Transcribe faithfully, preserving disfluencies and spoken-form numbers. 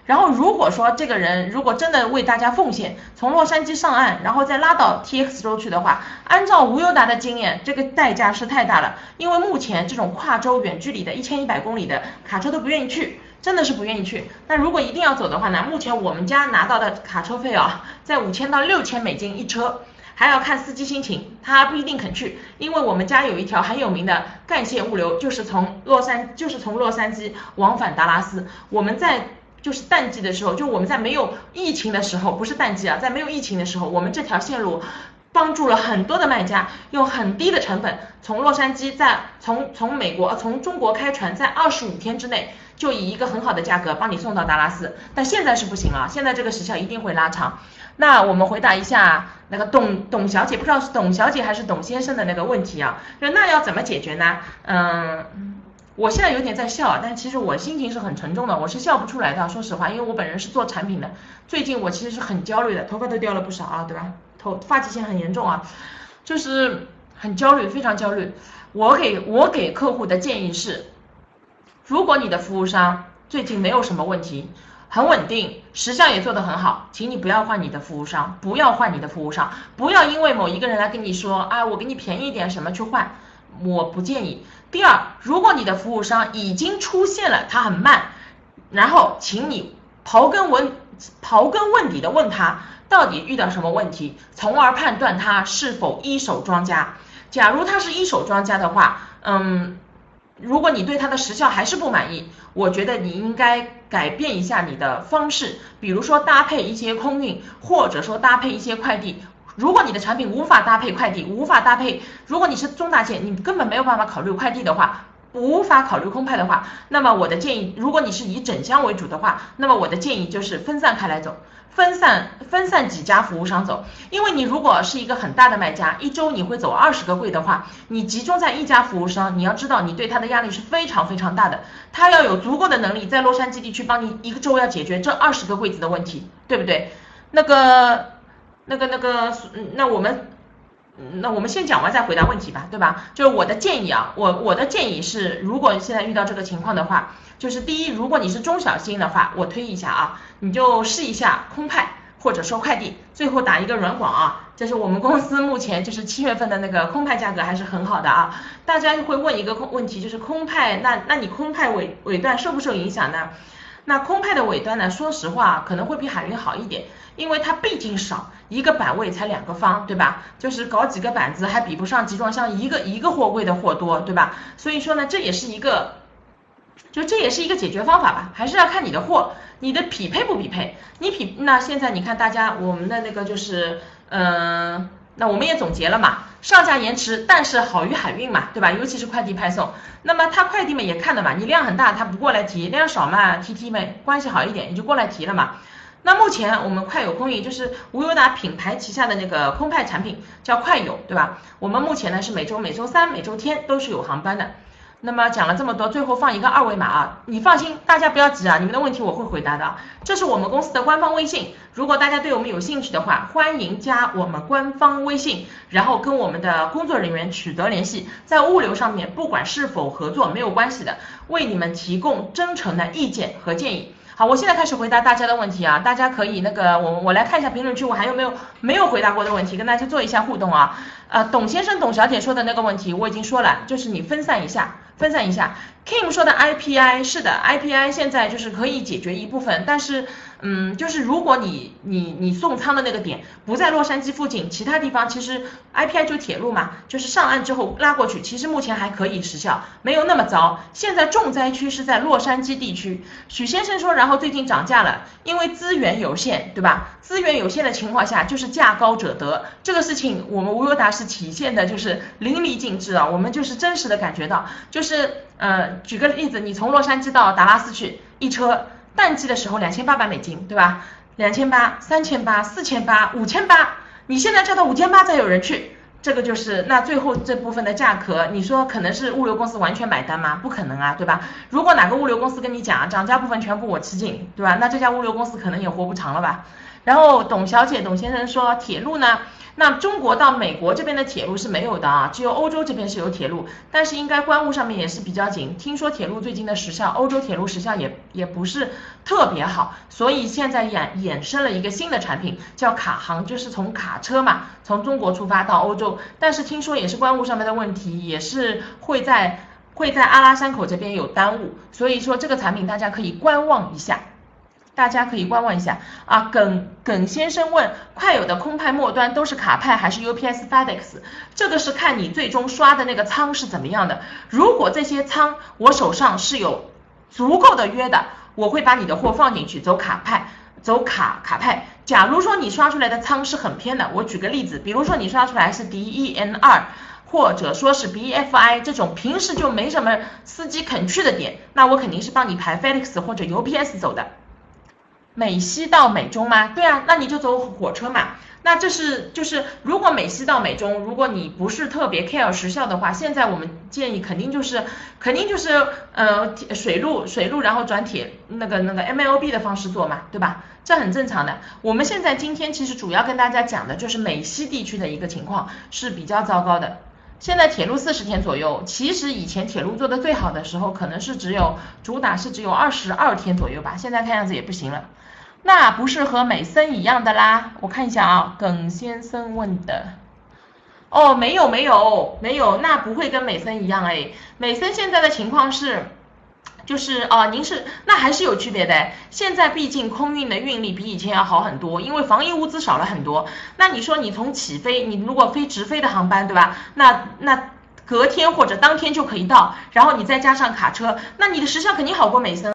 然后如果说这个人如果真的为大家奉献，从洛杉矶上岸，然后再拉到 T X 州去的话，按照无忧达的经验，这个代价是太大了，因为目前这种跨州远距离的一千一百公里的卡车都不愿意去。真的是不愿意去。那如果一定要走的话呢，目前我们家拿到的卡车费啊，在五千到六千美金一车，还要看司机心情，他不一定肯去，因为我们家有一条很有名的干线物流，就是从洛杉就是从洛杉矶往返达拉斯。我们在就是淡季的时候，就我们在没有疫情的时候，不是淡季啊，在没有疫情的时候，我们这条线路帮助了很多的卖家用很低的成本从洛杉矶在从从美国从中国开船，在二十五天之内就以一个很好的价格帮你送到达拉斯。但现在是不行了，现在这个时效一定会拉长。那我们回答一下那个董董小姐，不知道是董小姐还是董先生的那个问题啊，就那要怎么解决呢？嗯。我现在有点在笑啊，但其实我心情是很沉重的，我是笑不出来的，说实话，因为我本人是做产品的，最近我其实是很焦虑的，头发都掉了不少啊，对吧？头发际线很严重啊，就是很焦虑，非常焦虑。我给我给客户的建议是，如果你的服务商最近没有什么问题，很稳定，时效也做得很好，请你不要换你的服务商，不要换你的服务商，不要因为某一个人来跟你说啊，我给你便宜一点什么去换，我不建议。第二，如果你的服务商已经出现了他很慢，然后请你刨根问刨根问底的问他到底遇到什么问题，从而判断他是否一手庄家。假如他是一手庄家的话，嗯，如果你对他的时效还是不满意，我觉得你应该改变一下你的方式，比如说搭配一些空运，或者说搭配一些快递。如果你的产品无法搭配快递，无法搭配，如果你是中大件，你根本没有办法考虑快递的话，无法考虑空派的话，那么我的建议，如果你是以整箱为主的话，那么我的建议就是分散开来走，分散分散几家服务商走。因为你如果是一个很大的卖家，一周你会走二十个柜的话，你集中在一家服务商，你要知道你对他的压力是非常非常大的，他要有足够的能力在洛杉矶地区帮你一个周要解决这二十个柜子的问题，对不对？那个。那个那个，那我们，那我们先讲完再回答问题吧，对吧？就是我的建议啊，我我的建议是，如果现在遇到这个情况的话，就是第一，如果你是中小心的话，我推一下啊，你就试一下空派或者说快递，最后打一个软广啊。这是我们公司目前就是七月份的那个空派价格还是很好的啊。大家会问一个问题，就是空派，那那你空派尾尾段受不受影响呢？那空派的尾端呢，说实话可能会比海运好一点，因为它毕竟少，一个板位才两个方，对吧？就是搞几个板子还比不上集装箱一个一个货柜的货多，对吧？所以说呢，这也是一个，就这也是一个解决方法吧，还是要看你的货，你的匹配不匹配。你匹那现在你看大家我们的那个就是，嗯、呃，那我们也总结了嘛。上架延迟，但是好于海运嘛，对吧？尤其是快递派送，那么他快递们也看的嘛，你量很大，他不过来提；量少嘛，T T 们关系好一点，你就过来提了嘛。那目前我们快友空运就是无忧达品牌旗下的那个空派产品叫快友，对吧？我们目前呢是每周每周三、每周天都是有航班的。那么讲了这么多，最后放一个二维码啊，你放心，大家不要急啊，你们的问题我会回答的。这是我们公司的官方微信，如果大家对我们有兴趣的话，欢迎加我们官方微信，然后跟我们的工作人员取得联系，在物流上面不管是否合作没有关系的，为你们提供真诚的意见和建议。好，我现在开始回答大家的问题啊，大家可以那个我我来看一下评论区，我还有没有没有回答过的问题，跟大家做一下互动啊。呃，董先生、董小姐说的那个问题我已经说了，就是你分散一下，分散一下。Kim 说的 I P I 是的 ，I P I 现在就是可以解决一部分，但是嗯，就是如果你你你送仓的那个点不在洛杉矶附近，其他地方其实 I P I 就铁路嘛，就是上岸之后拉过去，其实目前还可以时效，没有那么糟。现在重灾区是在洛杉矶地区。许先生说，然后最近涨价了，因为资源有限，对吧？资源有限的情况下，就是价高者得，这个事情我们无忧达是体现的就是淋漓尽致啊，我们就是真实的感觉到，就是呃，举个例子，你从洛杉矶到达拉斯去，一车淡季的时候两千八百美金，对吧？两千八、三千八、四千八、五千八，你现在涨到五千八再有人去，这个就是那最后这部分的价格，你说可能是物流公司完全买单吗？不可能啊，对吧？如果哪个物流公司跟你讲涨价部分全部我吃净，对吧？那这家物流公司可能也活不长了吧？ 然后董小姐、董先生说铁路呢？那中国到美国这边的铁路是没有的啊，只有欧洲这边是有铁路，但是应该关务上面也是比较紧。听说铁路最近的时效，欧洲铁路时效也也不是特别好，所以现在衍衍生了一个新的产品，叫卡航，就是从卡车嘛，从中国出发到欧洲，但是听说也是关务上面的问题，也是会在会在阿拉山口这边有耽误，所以说这个产品大家可以观望一下。大家可以观望一下啊。耿耿先生问，快有的空派末端都是卡派还是 U P S FedEx？ 这个是看你最终刷的那个仓是怎么样的。如果这些仓我手上是有足够的约的，我会把你的货放进去，走卡派，走卡卡派。假如说你刷出来的仓是很偏的，我举个例子，比如说你刷出来是 D E N 二。或者说是 B F I 这种平时就没什么司机肯去的点，那我肯定是帮你排 FedEx 或者 U P S 走的。美西到美中吗？对啊，那你就走火车嘛。那这是就是如果美西到美中，如果你不是特别 care 时效的话，现在我们建议肯定就是肯定就是呃水路水路然后转铁那个那个 M L B 的方式做嘛，对吧？这很正常的。我们现在今天其实主要跟大家讲的就是美西地区的一个情况是比较糟糕的。现在铁路四十天左右，其实以前铁路做的最好的时候，可能是只有主打是只有二十二天左右吧，现在看样子也不行了。那不是和美森一样的啦？我看一下啊，耿先生问的。哦，没有没有没有，那不会跟美森一样哎。美森现在的情况是，就是啊，您是那还是有区别的。现在毕竟空运的运力比以前要好很多，因为防疫物资少了很多。那你说你从起飞，你如果飞直飞的航班，对吧？那那隔天或者当天就可以到，然后你再加上卡车，那你的时效肯定好过美森。